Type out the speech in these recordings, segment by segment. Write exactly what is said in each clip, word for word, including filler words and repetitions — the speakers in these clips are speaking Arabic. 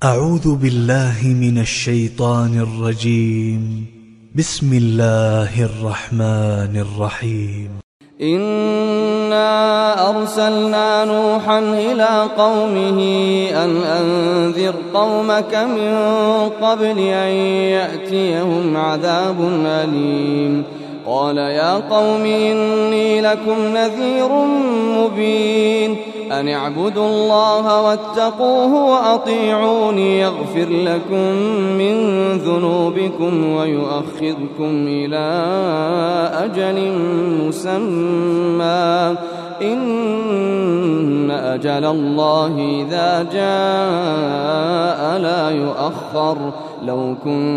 أعوذ بالله من الشيطان الرجيم. بسم الله الرحمن الرحيم. إنا أرسلنا نوحا إلى قومه أن أنذر قومك من قبل أن يأتيهم عذاب أليم. قال يا قوم إني لكم نذير مبين أن اعبدوا الله واتقوه وأطيعوني يغفر لكم من ذنوبكم ويؤخركم إلى أجل مسمى إن أجل الله إذا جاء لا يؤخر لو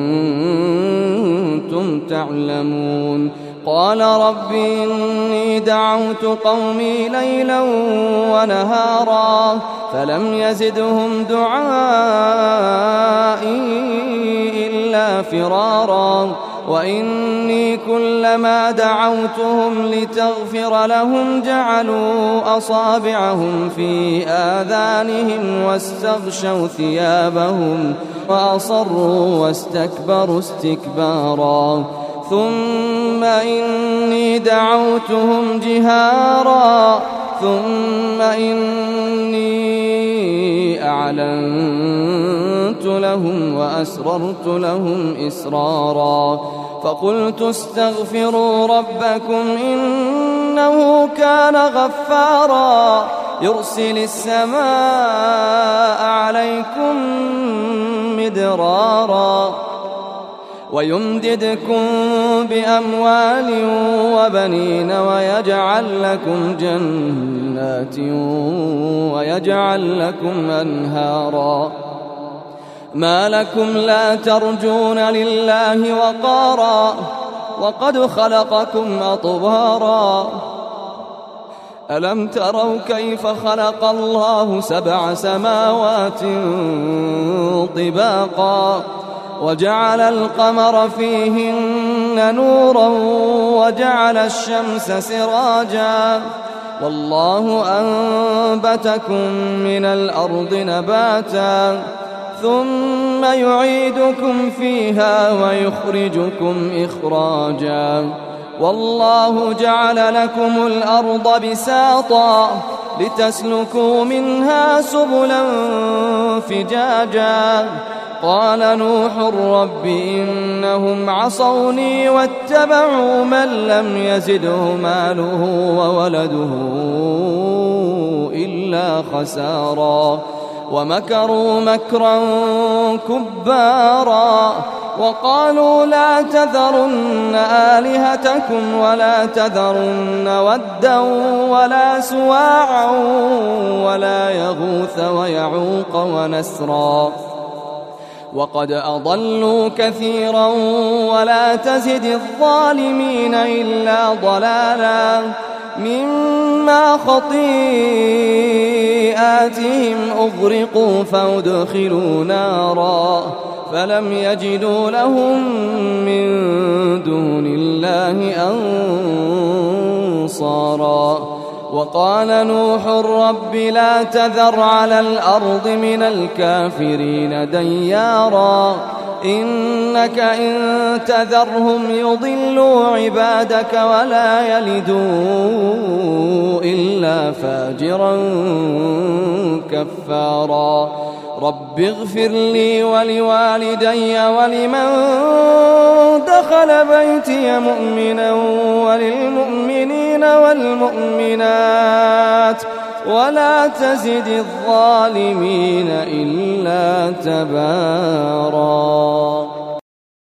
كنتم تعلمون. قال رب إني دعوت قومي ليلا ونهارا فلم يزدهم دعائي إلا فرارا وإني كلما دعوتهم لتغفر لهم جعلوا أصابعهم في آذانهم واستغشوا ثيابهم وأصروا واستكبروا استكبارا ثم إني دعوتهم جهارا ثم إني أعلنت لهم وأسررت لهم إسرارا فقلت استغفروا ربكم إنه كان غفارا يرسل السماء عليكم مدرارا ويمددكم بأموال وبنين ويجعل لكم جنات ويجعل لكم أنهارا ما لكم لا ترجون لله وقارا وقد خلقكم أطوارا ألم تروا كيف خلق الله سبع سماوات طباقا وجعل القمر فيهن نورا وجعل الشمس سراجا والله أنبتكم من الأرض نباتا ثم يعيدكم فيها ويخرجكم إخراجا والله جعل لكم الأرض بساطا لتسلكوا منها سبلا فجاجا قال نوح رب إنهم عصوني واتبعوا من لم يزده ماله وولده إلا خسارا ومكروا مكرا كبارا وقالوا لا تذرن آلهتكم ولا تذرن ودا ولا سواعا ولا يغوث ويعوق ونسرا وقد أضلوا كثيرا ولا تزد الظالمين إلا ضلالا مما خطيئاتهم أغرقوا فأدخلوا نارا فلم يجدوا لهم من دون الله أنصارا وقال نوح رب لا تذر على الأرض من الكافرين ديارا إنك إن تذرهم يضلوا عبادك ولا يلدوا إلا فاجرا كفارا رب اغفر لي ولوالدي ولمن دخل بيتي مؤمنا وللمؤمنين والمؤمنات ولا تزد الظالمين إلا تبارا.